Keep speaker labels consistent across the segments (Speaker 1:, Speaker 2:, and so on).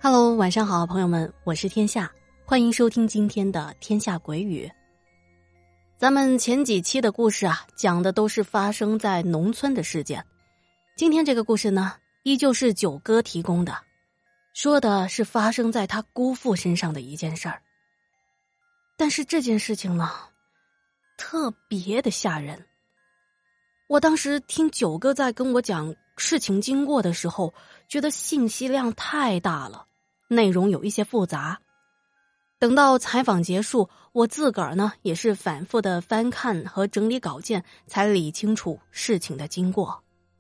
Speaker 1: Hello， 晚上好，朋友们，我是天下，欢迎收听今天的天下鬼语。咱们前几期的故事啊，讲的都是发生在农村的事件。今天这个故事呢，依旧是九哥提供的，说的是发生在他姑父身上的一件事儿。但是这件事情呢，特别的吓人。我当时听九哥在跟我讲事情经过的时候，觉得信息量太大了，内容有一些复杂。等到采访结束，我自个儿呢也是反复的翻看和整理稿件，才理清楚事情的经过。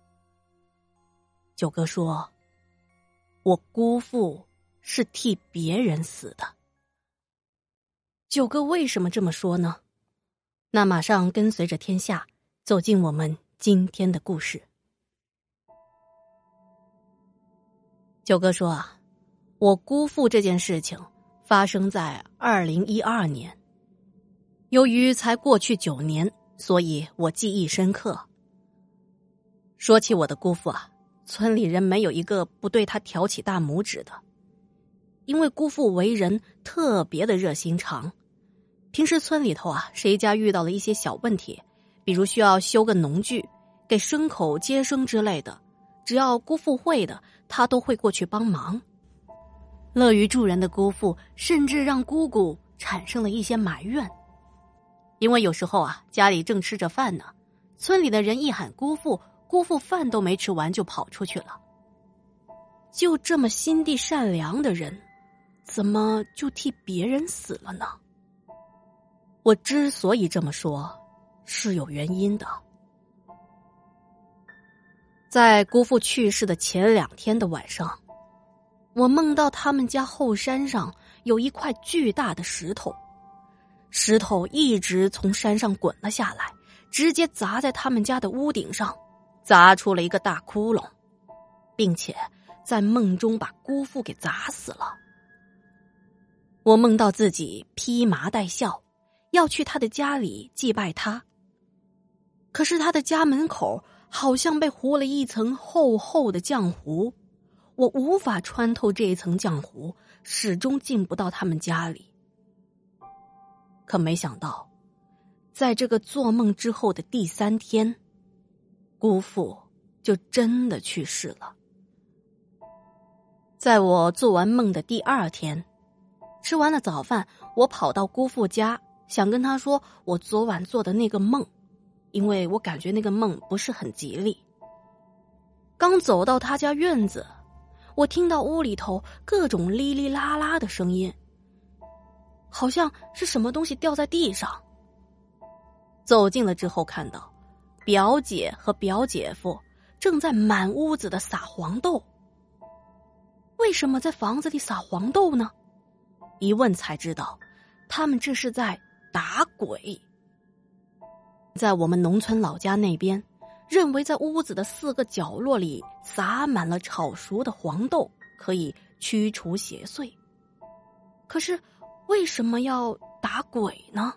Speaker 1: 九哥说，我姑父是替别人死的。九哥为什么这么说呢？那马上跟随着天下走进我们今天的故事。九哥说啊，我姑父这件事情发生在2012年。由于才过去9年，所以我记忆深刻。说起我的姑父啊，村里人没有一个不对他挑起大拇指的。因为姑父为人特别的热心肠，平时村里头啊，谁家遇到了一些小问题，比如需要修个农具，给牲口接生之类的，只要姑父会的，他都会过去帮忙。乐于助人的姑父甚至让姑姑产生了一些埋怨，因为有时候啊，家里正吃着饭呢，村里的人一喊姑父，姑父饭都没吃完就跑出去了。就这么心地善良的人，怎么就替别人死了呢？我之所以这么说，是有原因的。在姑父去世的前2天的晚上，我梦到他们家后山上有一块巨大的石头，石头一直从山上滚了下来，直接砸在他们家的屋顶上，砸出了一个大窟窿，并且在梦中把姑父给砸死了。我梦到自己披麻戴孝，要去他的家里祭拜他。可是他的家门口好像被糊了一层厚厚的浆糊，我无法穿透这一层浆糊，始终进不到他们家里。可没想到，在这个做梦之后的第3天，姑父就真的去世了。在我做完梦的第2天，吃完了早饭，我跑到姑父家，想跟他说我昨晚做的那个梦，因为我感觉那个梦不是很吉利。刚走到他家院子，我听到屋里头各种哩哩啦啦的声音，好像是什么东西掉在地上。走近了之后，看到表姐和表姐夫正在满屋子的撒黄豆。为什么在房子里撒黄豆呢？一问才知道，他们这是在打鬼。在我们农村老家那边，认为在屋子的4个角落里撒满了炒熟的黄豆，可以驱除邪祟。可是为什么要打鬼呢？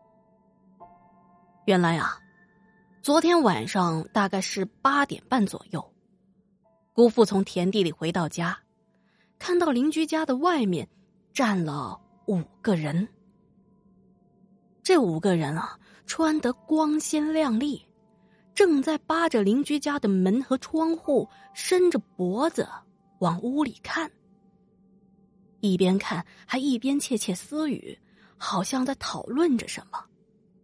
Speaker 1: 原来啊，昨天晚上大概是8点半左右，姑父从田地里回到家，看到邻居家的外面站了5个人。这5个人啊，穿得光鲜亮丽，正在扒着邻居家的门和窗户，伸着脖子往屋里看。一边看还一边窃窃私语，好像在讨论着什么。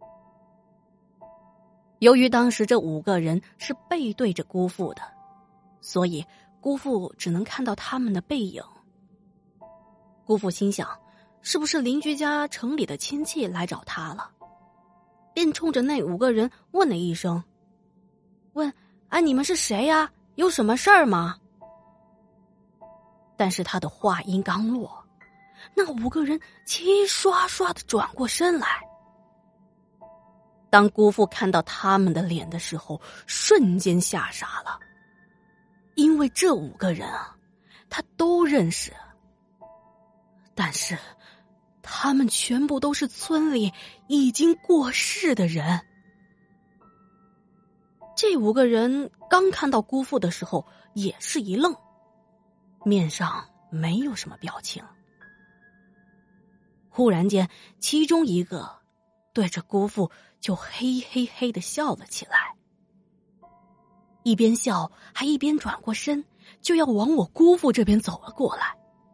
Speaker 1: 由于当时这5个人是背对着姑父的，所以姑父只能看到他们的背影。姑父心想，是不是邻居家城里的亲戚来找他了，便冲着那5个人问了一声，问：哎，你们是谁呀？有什么事儿吗？但是他的话音刚落，那5个人齐刷刷地转过身来。当姑父看到他们的脸的时候，瞬间吓傻了，因为这5个人啊，他都认识，但是他们全部都是村里已经过世的人。这5个人刚看到姑父的时候也是一愣，面上没有什么表情。忽然间，其中一个对着姑父就嘿嘿嘿地笑了起来，一边笑还一边转过身，就要往我姑父这边走了过来。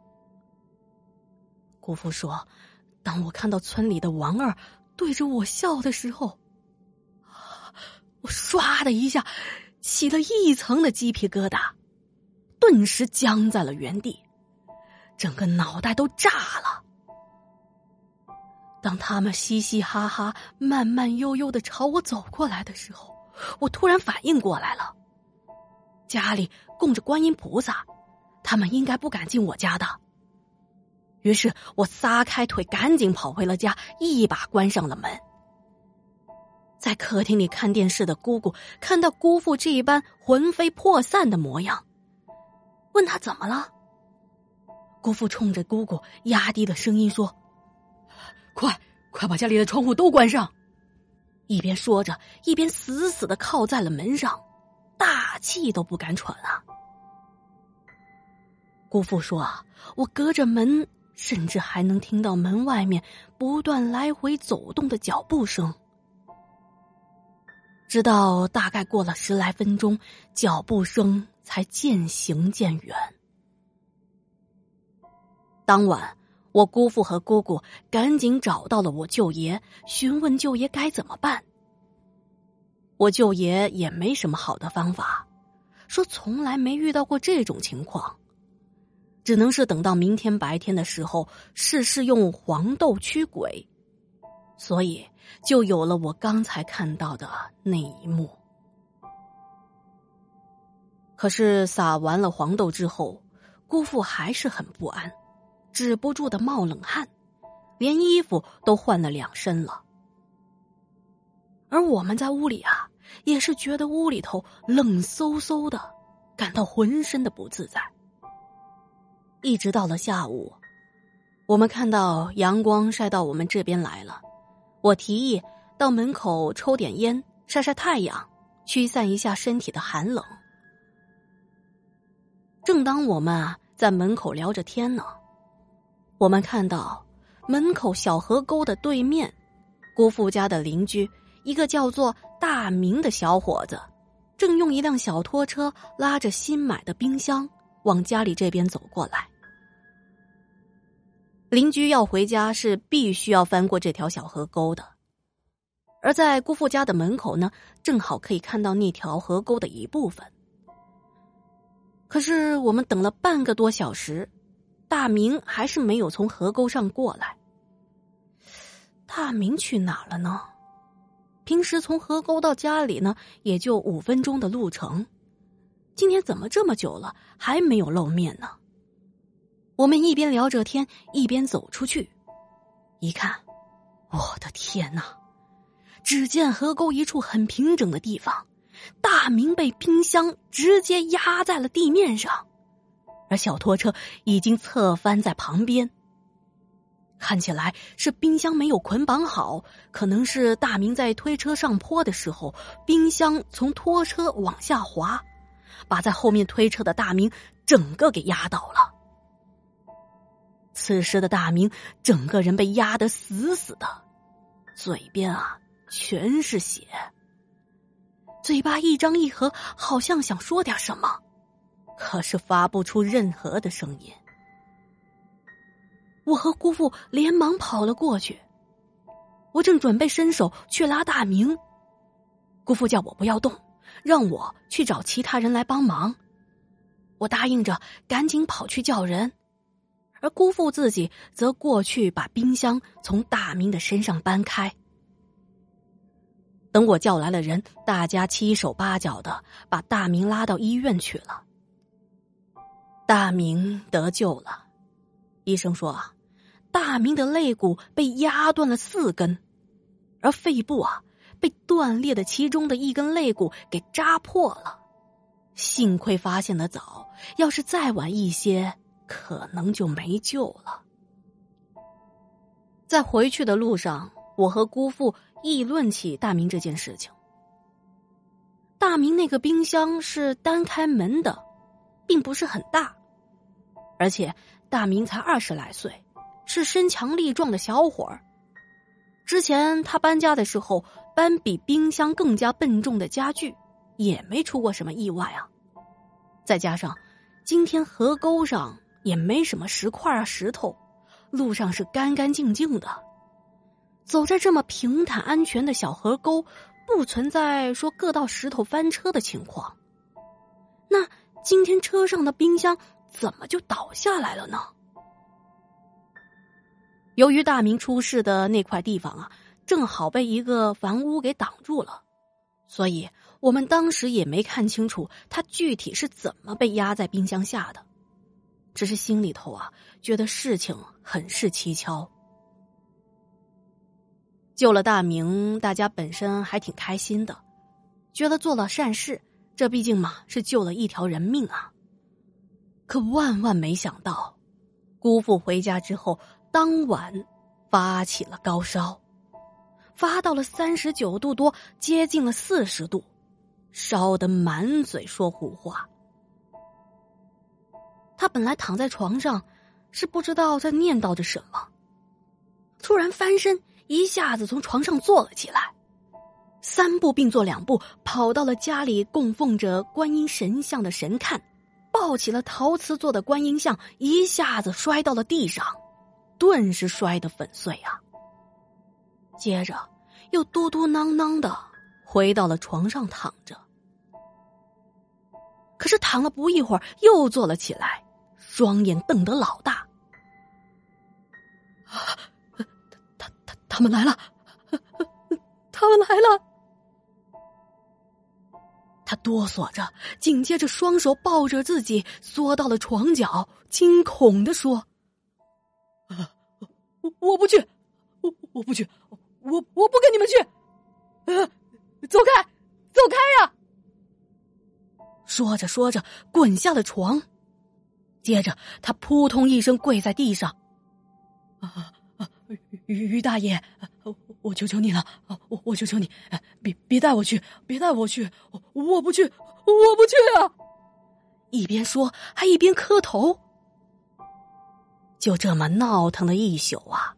Speaker 1: 姑父说，当我看到村里的王二对着我笑的时候，我唰的一下起了一层的鸡皮疙瘩，顿时僵在了原地，整个脑袋都炸了。当他们嘻嘻哈哈慢慢悠悠地朝我走过来的时候，我突然反应过来了，家里供着观音菩萨，他们应该不敢进我家的。于是我撒开腿赶紧跑回了家，一把关上了门。在客厅里看电视的姑姑看到姑父这一般魂飞魄散的模样，问他怎么了。姑父冲着姑姑压低了声音说，快把家里的窗户都关上。一边说着一边死死地靠在了门上，大气都不敢喘啊。姑父说，我隔着门甚至还能听到门外面不断来回走动的脚步声。直到大概过了10来分钟，脚步声才渐行渐远。当晚，我姑父和姑姑赶紧找到了我舅爷，询问舅爷该怎么办。我舅爷也没什么好的方法，说从来没遇到过这种情况，只能是等到明天白天的时候试试用黄豆驱鬼，所以就有了我刚才看到的那一幕。可是撒完了黄豆之后，姑父还是很不安，止不住的冒冷汗，连衣服都换了2身了。而我们在屋里啊，也是觉得屋里头冷飕飕的，感到浑身的不自在。一直到了下午，我们看到阳光晒到我们这边来了，我提议到门口抽点烟，晒晒太阳，驱散一下身体的寒冷。正当我们在门口聊着天呢，我们看到门口小河沟的对面，姑父家的邻居一个叫做大明的小伙子，正用一辆小拖车拉着新买的冰箱往家里这边走过来。邻居要回家是必须要翻过这条小河沟的，而在姑父家的门口呢，正好可以看到那条河沟的一部分。可是我们等了半个多小时，大明还是没有从河沟上过来。大明去哪了呢？平时从河沟到家里呢，也就5分钟的路程，今天怎么这么久了还没有露面呢？我们一边聊着天一边走出去，一看，我的天哪！只见河沟一处很平整的地方，大明被冰箱直接压在了地面上，而小拖车已经侧翻在旁边。看起来是冰箱没有捆绑好，可能是大明在推车上坡的时候，冰箱从拖车往下滑，把在后面推车的大明整个给压倒了。此时的大明整个人被压得死死的，嘴边啊全是血，嘴巴一张一合，好像想说点什么，可是发不出任何的声音。我和姑父连忙跑了过去，我正准备伸手去拉大明，姑父叫我不要动，让我去找其他人来帮忙。我答应着赶紧跑去叫人，而姑父自己则过去把冰箱从大明的身上搬开。等我叫来了人，大家七手八脚的把大明拉到医院去了。大明得救了，医生说大明的肋骨被压断了4根，而肺部被断裂的其中的1根肋骨给扎破了。幸亏发现得早，要是再晚一些，可能就没救了。在回去的路上，我和姑父议论起大明这件事情。大明那个冰箱是单开门的，并不是很大， 而且大明才20来岁，是身强力壮的小伙儿。之前他搬家的时候搬比冰箱更加笨重的家具，也没出过什么意外啊。再加上今天河沟上也没什么石块啊石头，路上是干干净净的。走在这么平坦安全的小河沟，不存在说硌到石头翻车的情况。那今天车上的冰箱怎么就倒下来了呢？由于大明出事的那块地方啊，正好被一个房屋给挡住了，所以我们当时也没看清楚他具体是怎么被压在冰箱下的，只是心里头啊觉得事情很是蹊跷。救了大明，大家本身还挺开心的，觉得做了善事，这毕竟嘛是救了一条人命啊。可万万没想到，姑父回家之后当晚发起了高烧，发到了39度多，接近了40度，烧得满嘴说胡话。他本来躺在床上，是不知道在念叨着什么，突然翻身，一下子从床上坐了起来，3步并作2步跑到了家里供奉着观音神像的神龛，抱起了陶瓷做的观音像，一下子摔到了地上，顿时摔得粉碎啊。接着又嘟嘟囔囔的回到了床上躺着。可是躺了不一会儿又坐了起来，双眼瞪得老大。他们来了，他们来了！他哆嗦着，紧接着双手抱着自己缩到了床角，惊恐地说：“我不去，我不去，我不跟你们去！走开，走开呀！”说着说着，滚下了床，接着他扑通一声跪在地上。于大爷，我求求你了，我求求你，别带我去，别带我去，我不去，我不去啊！一边说还一边磕头。就这么闹腾了一宿啊。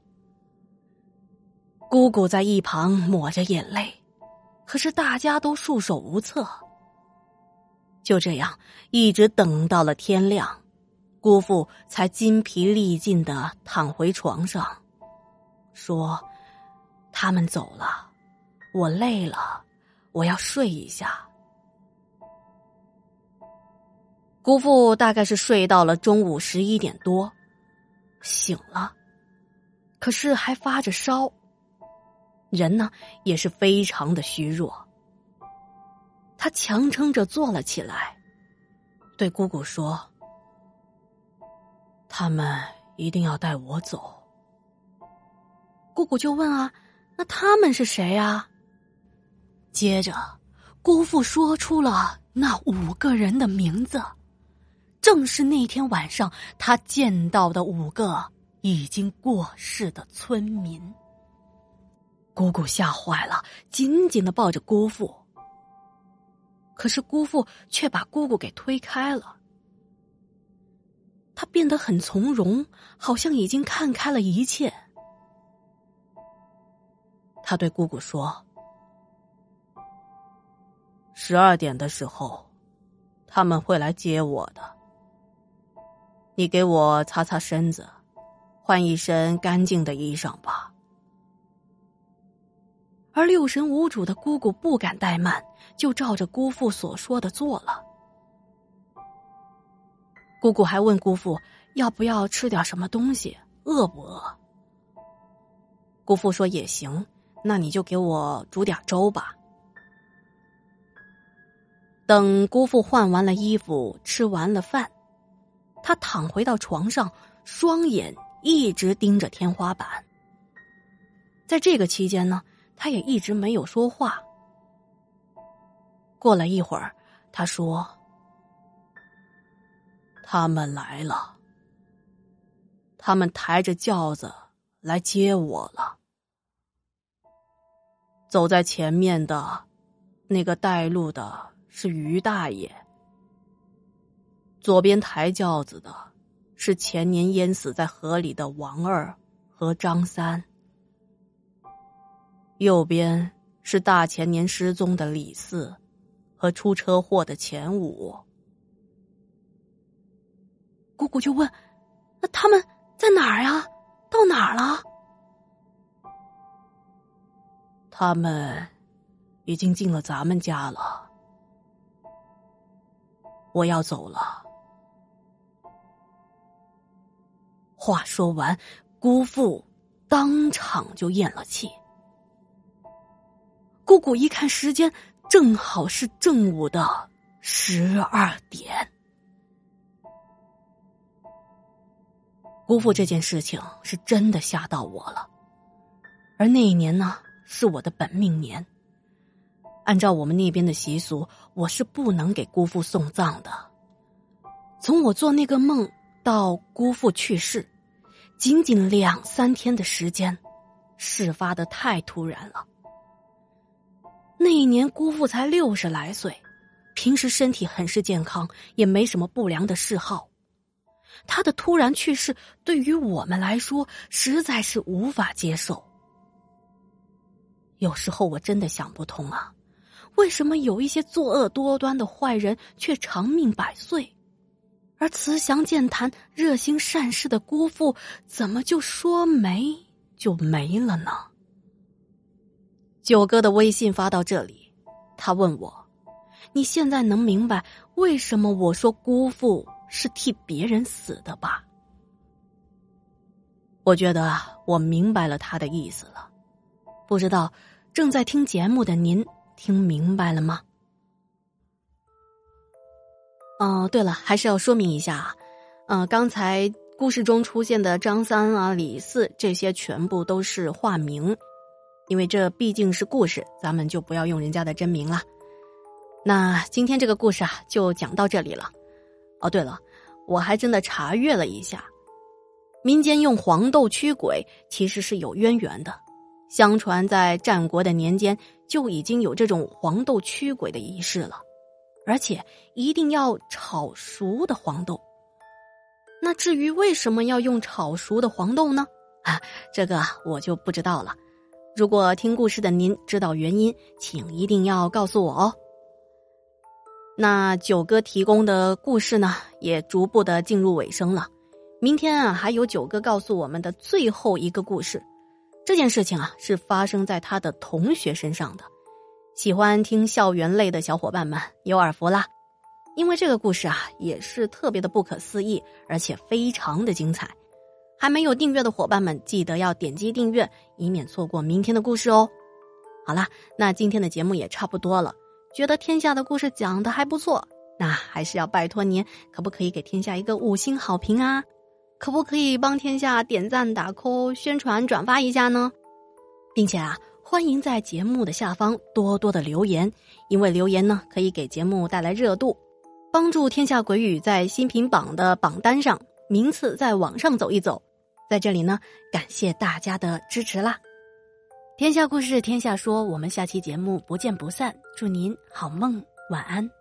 Speaker 1: 姑姑在一旁抹着眼泪，可是大家都束手无策。就这样一直等到了天亮，姑父才筋疲力尽地躺回床上，说：“他们走了，我累了，我要睡一下。”姑父大概是睡到了中午11点多，醒了，可是还发着烧，人呢也是非常的虚弱。他强撑着坐了起来，对姑姑说：“他们一定要带我走。”姑姑就问啊，那他们是谁啊？接着姑父说出了那5个人的名字，正是那天晚上他见到的5个已经过世的村民。姑姑吓坏了，紧紧地抱着姑父，可是姑父却把姑姑给推开了。他变得很从容，好像已经看开了一切。他对姑姑说：“12点的时候，他们会来接我的。你给我擦擦身子，换一身干净的衣裳吧。”而六神无主的姑姑不敢怠慢，就照着姑父所说的做了。姑姑还问姑父要不要吃点什么东西，饿不饿？姑父说也行，那你就给我煮点粥吧。等姑父换完了衣服，吃完了饭，他躺回到床上，双眼一直盯着天花板。在这个期间呢，他也一直没有说话。过了一会儿，他说：“他们来了，他们抬着轿子来接我了。走在前面的那个带路的是于大爷，左边抬轿子的是前年淹死在河里的王二和张三，右边是大前年失踪的李四和出车祸的钱五。
Speaker 2: 姑姑就问，那他们在哪儿呀？到哪儿了？
Speaker 1: 他们已经进了咱们家了，我要走了。
Speaker 2: 话说完，姑父当场就咽了气。姑姑一看时间，正好是正午的12点。
Speaker 1: 姑父这件事情是真的吓到我了，而那一年呢，是我的本命年。按照我们那边的习俗，我是不能给姑父送葬的。从我做那个梦到姑父去世，仅仅2、3天的时间，事发的太突然了。那一年姑父才60来岁，平时身体很是健康，也没什么不良的嗜好。他的突然去世对于我们来说实在是无法接受。有时候我真的想不通啊，为什么有一些作恶多端的坏人却长命100岁，而慈祥健谈、热心善事的姑父怎么就说没就没了呢？九哥的微信发到这里，他问我，你现在能明白为什么我说姑父是替别人死的吧？我觉得我明白了他的意思了，不知道正在听节目的您听明白了吗？对了，还是要说明一下刚才故事中出现的张三啊、李四这些全部都是化名，因为这毕竟是故事，咱们就不要用人家的真名了。那今天这个故事就讲到这里了。对了，我还真的查阅了一下，民间用黄豆驱鬼其实是有渊源的。相传在战国的年间就已经有这种黄豆驱鬼的仪式了，而且一定要炒熟的黄豆。那至于为什么要用炒熟的黄豆呢？这个我就不知道了。如果听故事的您知道原因，请一定要告诉我哦。那九哥提供的故事呢，也逐步的进入尾声了。明天还有九哥告诉我们的最后一个故事。这件事情是发生在他的同学身上的。喜欢听校园类的小伙伴们有耳福啦，因为这个故事也是特别的不可思议，而且非常的精彩。还没有订阅的伙伴们记得要点击订阅，以免错过明天的故事哦。好啦，那今天的节目也差不多了，觉得天下的故事讲得还不错，那还是要拜托您，可不可以给天下一个5星好评啊？可不可以帮天下点赞打 call 宣传转发一下呢？并且欢迎在节目的下方多多的留言，因为留言呢可以给节目带来热度，帮助天下鬼语在新品榜的榜单上名次再往上走一走。在这里呢，感谢大家的支持啦！天下故事天下说，我们下期节目不见不散，祝您好梦晚安。